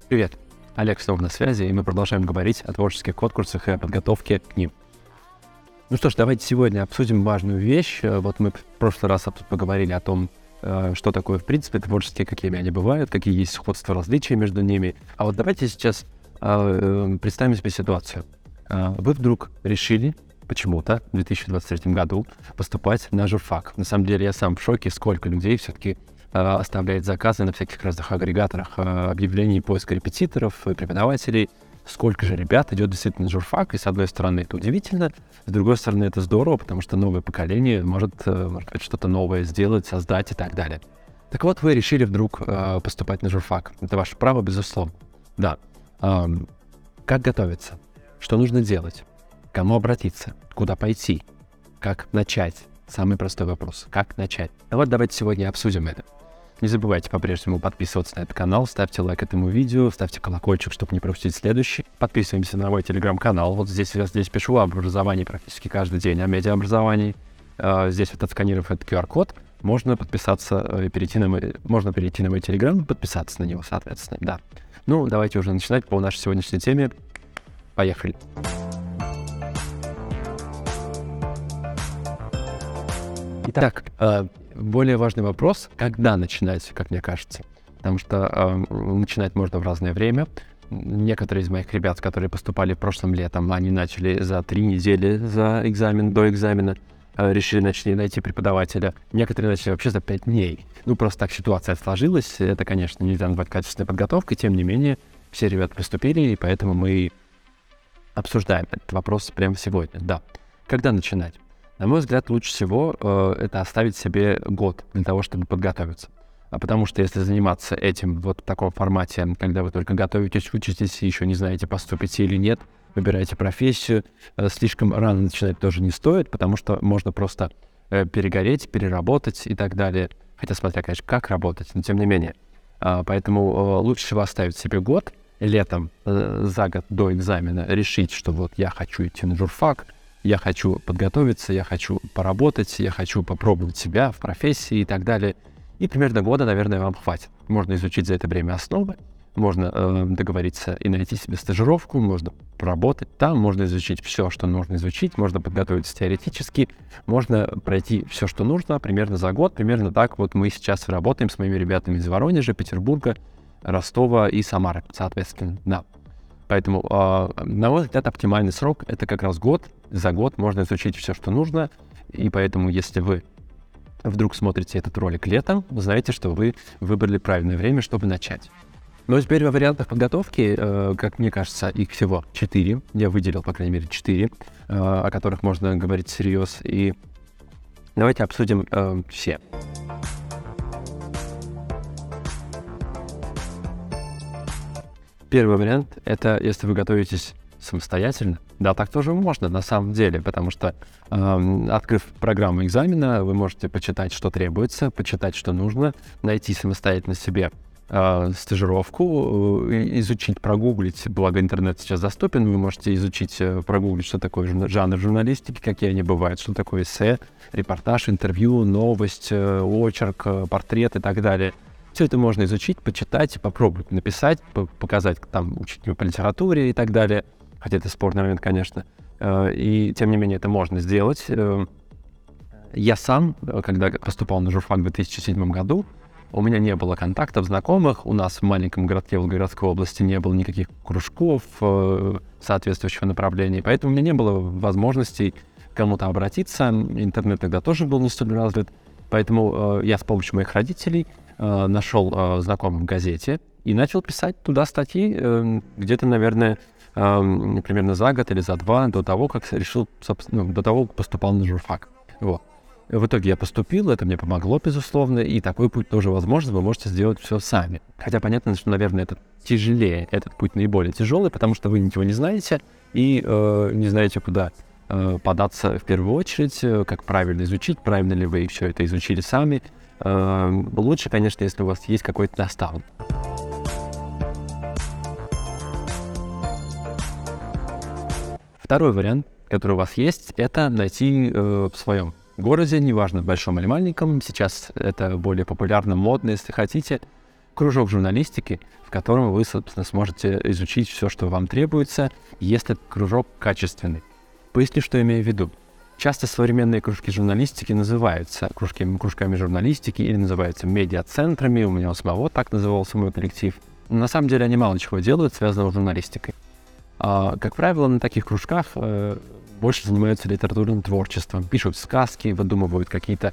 Привет, Олег снова на связи, и мы продолжаем говорить о творческих конкурсах и о подготовке к ним. Ну что ж, давайте сегодня обсудим важную вещь. Вот мы в прошлый раз тут поговорили о том, что такое, в принципе, творческие, какими они бывают, какие есть сходства, различия между ними. А вот давайте сейчас представим себе ситуацию. Вы вдруг решили почему-то в 2023 году поступать на журфак. На самом деле я сам в шоке, сколько людей все-таки оставляет заказы на всяких разных агрегаторах объявлений поиска репетиторов, преподавателей. Сколько же ребят идет действительно на журфак, и с одной стороны это удивительно, с другой стороны это здорово, потому что новое поколение может быть, что-то новое сделать, создать и так далее. Так вот, вы решили вдруг поступать на журфак. Это ваше право, безусловно. Да. Как готовиться? Что нужно делать? К кому обратиться? Куда пойти? Как начать? Самый простой вопрос. Как начать? А вот давайте сегодня обсудим это. Не забывайте по-прежнему подписываться на этот канал, ставьте лайк этому видео, ставьте колокольчик, чтобы не пропустить следующий. Подписываемся на мой телеграм-канал. Вот здесь я пишу об образовании практически каждый день, о медиаобразовании. Здесь вот отсканировав этот QR-код, можно подписаться и перейти на мой телеграм и подписаться на него, соответственно. Да. Ну, давайте уже начинать по нашей сегодняшней теме. Поехали. Итак, более важный вопрос, когда начинать, как мне кажется. Потому что начинать можно в разное время. Некоторые из моих ребят, которые поступали прошлым летом, они начали за 3 недели до экзамена, решили найти преподавателя. Некоторые начали вообще за 5 дней. Ну, просто так ситуация сложилась. Это, конечно, нельзя назвать качественной подготовкой. Тем не менее, все ребята приступили, и поэтому мы обсуждаем этот вопрос прямо сегодня. Да. Когда начинать? На мой взгляд, лучше всего это оставить себе год для того, чтобы подготовиться. Потому что если заниматься этим вот в таком формате, когда вы только готовитесь, учитесь и еще не знаете, поступите или нет, выбираете профессию, слишком рано начинать тоже не стоит, потому что можно просто перегореть, переработать и так далее. Хотя смотря, конечно, как работать, но тем не менее. Поэтому лучше всего оставить себе год, летом за год до экзамена решить, что вот я хочу идти на журфак, я хочу подготовиться, я хочу поработать, я хочу попробовать себя в профессии и так далее. И примерно года, наверное, вам хватит. Можно изучить за это время основы, можно договориться и найти себе стажировку, можно поработать там, можно изучить все, что нужно изучить, можно подготовиться теоретически, можно пройти все, что нужно, примерно за год. Примерно так вот мы сейчас работаем с моими ребятами из Воронежа, Петербурга, Ростова и Самары, соответственно, да. Поэтому, на мой взгляд, оптимальный срок — это как раз год. За год можно изучить все, что нужно. И поэтому, если вы вдруг смотрите этот ролик летом, вы знаете, что вы выбрали правильное время, чтобы начать. Но теперь во вариантах подготовки, как мне кажется, их всего 4. Я выделил, по крайней мере, 4, о которых можно говорить всерьез. И давайте обсудим все. Первый вариант — это если вы готовитесь самостоятельно. Да, так тоже можно на самом деле, потому что, открыв программу экзамена, вы можете почитать, что требуется, почитать, что нужно, найти самостоятельно себе стажировку, изучить, прогуглить, благо интернет сейчас доступен, вы можете изучить, прогуглить, что такое жанр журналистики, какие они бывают, что такое эссе, репортаж, интервью, новость, очерк, портрет и так далее. Все это можно изучить, почитать, попробовать написать, показать там учителю по литературе и так далее. Хотя это спорный момент, конечно. И тем не менее это можно сделать. Я сам, когда поступал на журфак в 2007 году, у меня не было контактов, знакомых. У нас в маленьком городке Волгоградской области не было никаких кружков соответствующего направления. Поэтому у меня не было возможностей к кому-то обратиться. Интернет тогда тоже был не столь развит. Поэтому я с помощью моих родителей нашел знакомых в газете и начал писать туда статьи где-то, наверное, примерно за год или за 2 до того, как решил, собственно, до того, как поступал на журфак. Вот. В итоге я поступил, это мне помогло, безусловно, и такой путь тоже возможен, вы можете сделать все сами. Хотя понятно, что, наверное, это тяжелее, этот путь наиболее тяжелый, потому что вы ничего не знаете и не знаете, куда податься в первую очередь, как правильно изучить, правильно ли вы все это изучили сами. Лучше, конечно, если у вас есть какой-то наставник. Второй вариант, который у вас есть, это найти в своем городе, неважно, большом или маленьком, сейчас это более популярно, модно, если хотите, кружок журналистики, в котором вы, собственно, сможете изучить все, что вам требуется, если этот кружок качественный. Поясню, что имею в виду. Часто современные кружки журналистики называются кружками журналистики или называются медиа-центрами. У меня у самого так назывался мой коллектив. Но на самом деле они мало чего делают, связанного с журналистикой. Как правило, на таких кружках больше занимаются литературным творчеством. Пишут сказки, выдумывают каких-то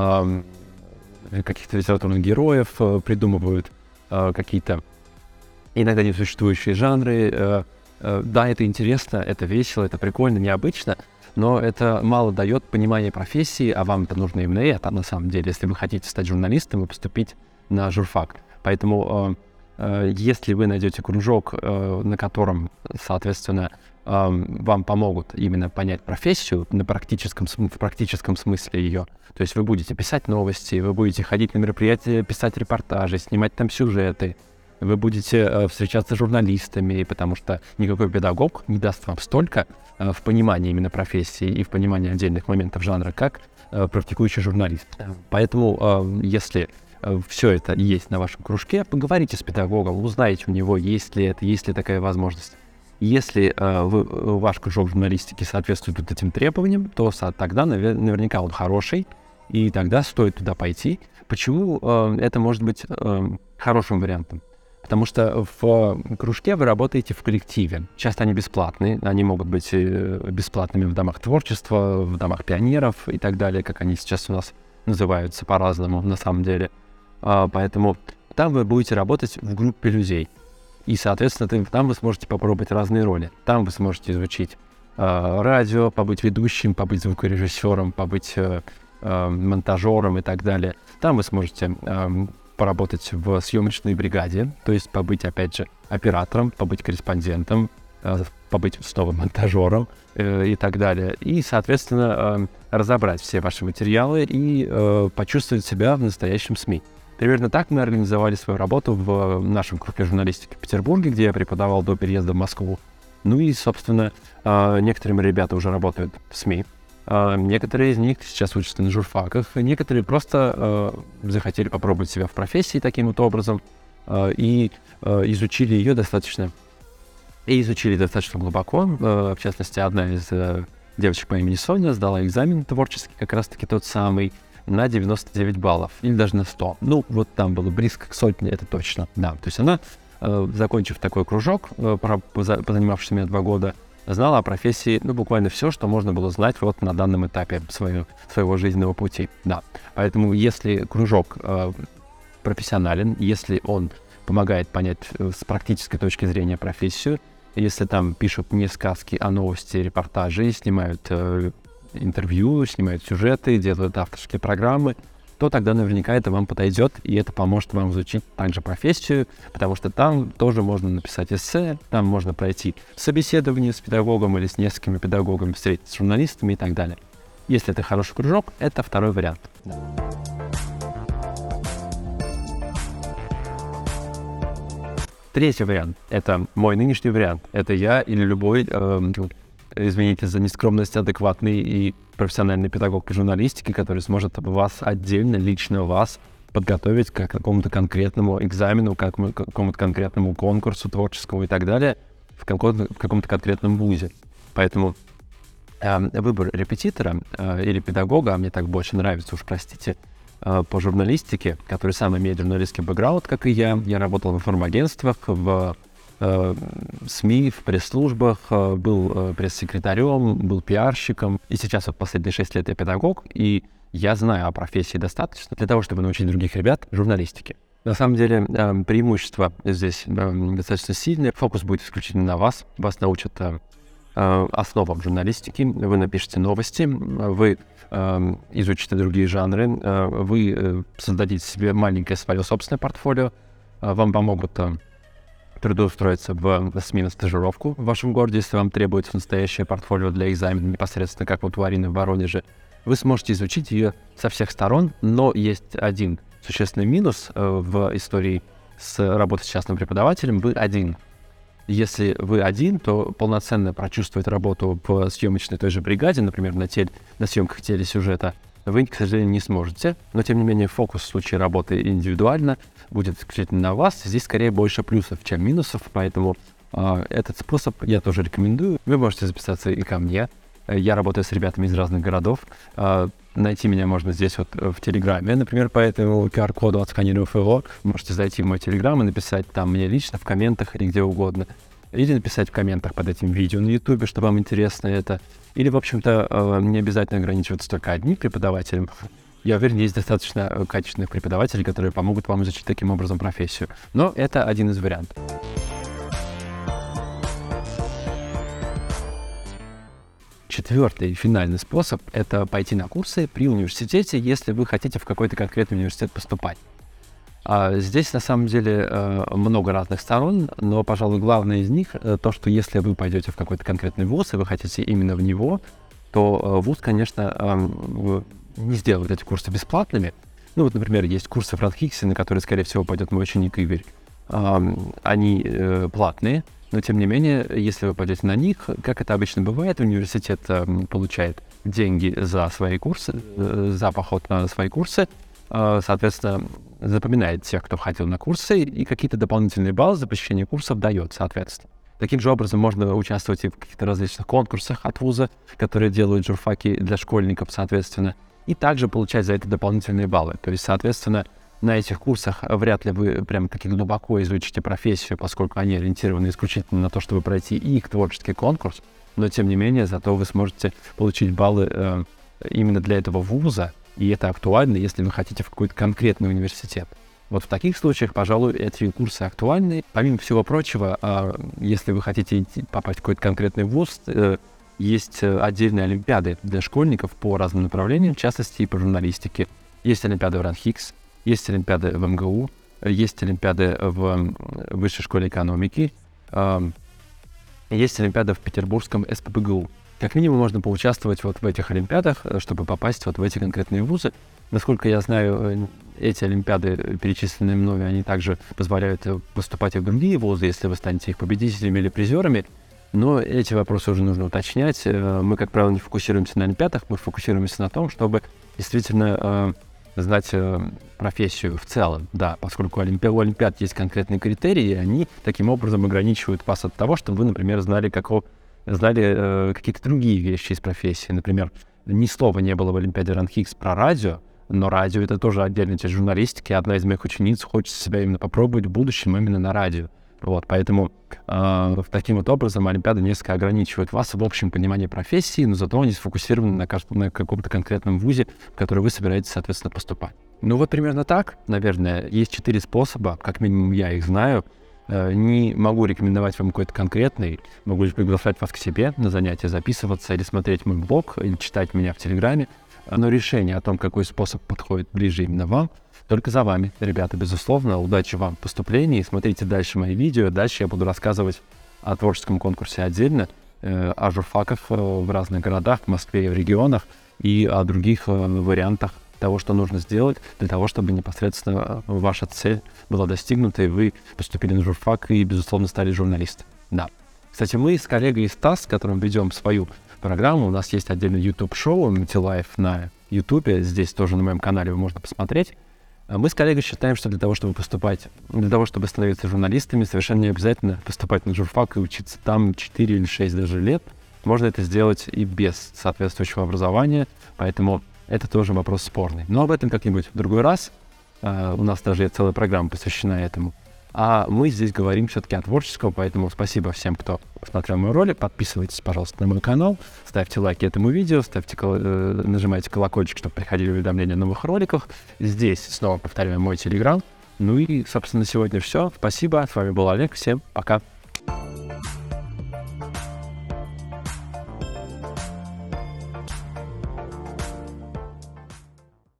литературных героев, придумывают какие-то иногда несуществующие жанры. Да, это интересно, это весело, это прикольно, необычно, но это мало дает понимания профессии, а вам это нужно именно это, на самом деле, если вы хотите стать журналистом и поступить на журфак. Поэтому если вы найдете кружок, на котором, соответственно, вам помогут именно понять профессию в практическом смысле ее, то есть вы будете писать новости, вы будете ходить на мероприятия, писать репортажи, снимать там сюжеты, вы будете встречаться с журналистами, потому что никакой педагог не даст вам столько в понимании именно профессии и в понимании отдельных моментов жанра, как практикующий журналист. Поэтому, если все это есть на вашем кружке, поговорите с педагогом, узнайте у него, есть ли такая возможность. Если ваш кружок журналистики соответствует вот этим требованиям, то тогда наверняка он хороший, и тогда стоит туда пойти. Почему это может быть хорошим вариантом? Потому что в кружке вы работаете в коллективе. Часто они бесплатные, они могут быть бесплатными в домах творчества, в домах пионеров и так далее, как они сейчас у нас называются по-разному на самом деле. Поэтому там вы будете работать в группе людей. И, соответственно, там вы сможете попробовать разные роли. Там вы сможете изучить радио, побыть ведущим, побыть звукорежиссером, побыть монтажером и так далее. Там вы сможете поработать в съемочной бригаде, то есть побыть, опять же, оператором, побыть корреспондентом, побыть снова монтажером и так далее. И, соответственно, разобрать все ваши материалы и почувствовать себя в настоящем СМИ. Примерно так мы организовали свою работу в нашем кружке журналистики в Петербурге, где я преподавал до переезда в Москву. Ну и, собственно, некоторые ребята уже работают в СМИ. Некоторые из них сейчас учатся на журфаках, некоторые просто захотели попробовать себя в профессии таким вот образом и изучили ее достаточно глубоко. В частности, одна из девочек по имени Соня сдала экзамен творческий, как раз-таки тот самый, на 99 баллов, или даже на 100. Ну, вот там было близко к сотне, это точно, да. То есть она, закончив такой кружок, позанимавшись у меня 2 года, знала о профессии, буквально все, что можно было знать вот на данном этапе своего жизненного пути, да. Поэтому если кружок профессионален, если он помогает понять с практической точки зрения профессию, если там пишут не сказки, а новости, репортажи, снимают интервью, снимают сюжеты, делают авторские программы, то тогда наверняка это вам подойдет, и это поможет вам изучить также профессию, потому что там тоже можно написать эссе, там можно пройти собеседование с педагогом или с несколькими педагогами, встретиться с журналистами и так далее. Если это хороший кружок, это второй вариант. Третий вариант — это мой нынешний вариант. Это я или любой, извините за нескромность, адекватный и профессиональный педагог журналистики, который сможет вас отдельно, лично вас подготовить к какому-то конкретному экзамену, к какому-то конкретному конкурсу творческому и так далее в каком-то конкретном вузе. Поэтому выбор репетитора или педагога, а мне так больше нравится, уж простите, по журналистике, который сам имеет журналистский бэкграунд, как и я. Я работал в информагентствах, в СМИ, в пресс-службах, был пресс-секретарем, был пиарщиком. И сейчас вот последние 6 лет я педагог, и я знаю о профессии достаточно для того, чтобы научить других ребят журналистике. На самом деле преимущество здесь достаточно сильное. Фокус будет исключительно на вас. Вас научат основам журналистики. Вы напишите новости, вы изучите другие жанры, вы создадите себе маленькое свое собственное портфолио, вам помогут трудоустроиться в СМИ на стажировку в вашем городе, если вам требуется настоящее портфолио для экзамена, непосредственно как вот у Арины в Воронеже. Вы сможете изучить ее со всех сторон, но есть один существенный минус в истории с работой с частным преподавателем. Вы один. Если вы один, то полноценно прочувствовать работу в съемочной той же бригаде, например, на съемках телесюжета, вы, к сожалению, не сможете. Но, тем не менее, фокус в случае работы индивидуально будет исключительно на вас. Здесь скорее больше плюсов, чем минусов, поэтому этот способ я тоже рекомендую. Вы можете записаться и ко мне. Я работаю с ребятами из разных городов. Найти меня можно здесь вот в Телеграме, например, по этому QR-коду, отсканировав его. Можете зайти в мой Телеграм и написать там мне лично в комментах или где угодно. Или написать в комментах под этим видео на Ютубе, что вам интересно это. Или, в общем-то, не обязательно ограничиваться только одним преподавателем. Я уверен, есть достаточно качественных преподавателей, которые помогут вам изучить таким образом профессию. Но это один из вариантов. Четвертый финальный способ — это пойти на курсы при университете, если вы хотите в какой-то конкретный университет поступать. Здесь на самом деле много разных сторон, но, пожалуй, главное из них то, что если вы пойдете в какой-то конкретный вуз, и вы хотите именно в него, то вуз, конечно, не сделает эти курсы бесплатными. Ну вот, например, есть курсы в РАНХИКСе, на которые, скорее всего, пойдет мой ученик Игорь. Они платные. Но, тем не менее, если вы пойдете на них, как это обычно бывает, университет получает деньги за свои курсы, за поход на свои курсы, соответственно, запоминает тех, кто ходил на курсы, и какие-то дополнительные баллы за посещение курсов дает, соответственно. Таким же образом можно участвовать и в каких-то различных конкурсах от вуза, которые делают журфаки для школьников, соответственно, и также получать за это дополнительные баллы. То есть, соответственно, на этих курсах вряд ли вы прям таки глубоко изучите профессию, поскольку они ориентированы исключительно на то, чтобы пройти их творческий конкурс, но тем не менее, зато вы сможете получить баллы именно для этого вуза, и это актуально, если вы хотите в какой-то конкретный университет. Вот в таких случаях, пожалуй, эти курсы актуальны. Помимо всего прочего, если вы хотите попасть в какой-то конкретный вуз, есть отдельные олимпиады для школьников по разным направлениям, в частности и по журналистике. Есть олимпиады в РАНХИКС, есть олимпиады в МГУ, есть олимпиады в Высшей школе экономики, есть олимпиада в Петербургском СПбГУ. Как минимум можно поучаствовать вот в этих олимпиадах, чтобы попасть вот в эти конкретные вузы. Насколько я знаю, эти олимпиады, перечисленные мной, они также позволяют поступать и в другие вузы, если вы станете их победителями или призерами. Но эти вопросы уже нужно уточнять. Мы, как правило, не фокусируемся на олимпиадах, мы фокусируемся на том, чтобы действительно знать профессию в целом, да, поскольку у олимпиад есть конкретные критерии, и они таким образом ограничивают вас от того, чтобы вы, например, знали какие-то другие вещи из профессии. Например, ни слова не было в олимпиаде РАНХИКС про радио, но радио — это тоже отдельная часть журналистики. Одна из моих учениц хочет себя именно попробовать в будущем именно на радио. Вот, поэтому таким вот образом олимпиады несколько ограничивают вас в общем понимании профессии, но зато они сфокусированы на каком-то конкретном вузе, в который вы собираетесь, соответственно, поступать. Ну вот примерно так, наверное. Есть 4 способа, как минимум я их знаю. Не могу рекомендовать вам какой-то конкретный, могу лишь приглашать вас к себе на занятия, записываться или смотреть мой блог, или читать меня в Телеграме. Но решение о том, какой способ подходит ближе именно вам, только за вами, ребята, безусловно. Удачи вам в поступлении. Смотрите дальше мои видео. Дальше я буду рассказывать о творческом конкурсе отдельно, о журфаках в разных городах, в Москве и в регионах, и о других вариантах того, что нужно сделать для того, чтобы непосредственно ваша цель была достигнута, и вы поступили на журфак и, безусловно, стали журналистом. Да. Кстати, мы с коллегой Стас, с которым ведем свою программу, у нас есть отдельный YouTube-шоу MTLife на YouTube, здесь тоже на моем канале вы можно посмотреть. Мы с коллегой считаем, что для того, чтобы становиться журналистами, совершенно не обязательно поступать на журфак и учиться там 4 или 6 даже лет. Можно это сделать и без соответствующего образования, поэтому это тоже вопрос спорный. Но об этом как-нибудь в другой раз. У нас даже есть целая программа, посвящена этому. А мы здесь говорим все-таки о творческом, поэтому спасибо всем, кто посмотрел мой ролик. Подписывайтесь, пожалуйста, на мой канал, ставьте лайки этому видео, нажимайте колокольчик, чтобы приходили уведомления о новых роликах. Здесь снова повторяю мой Телеграм. Ну и, собственно, на сегодня все. Спасибо, с вами был Олег, всем пока.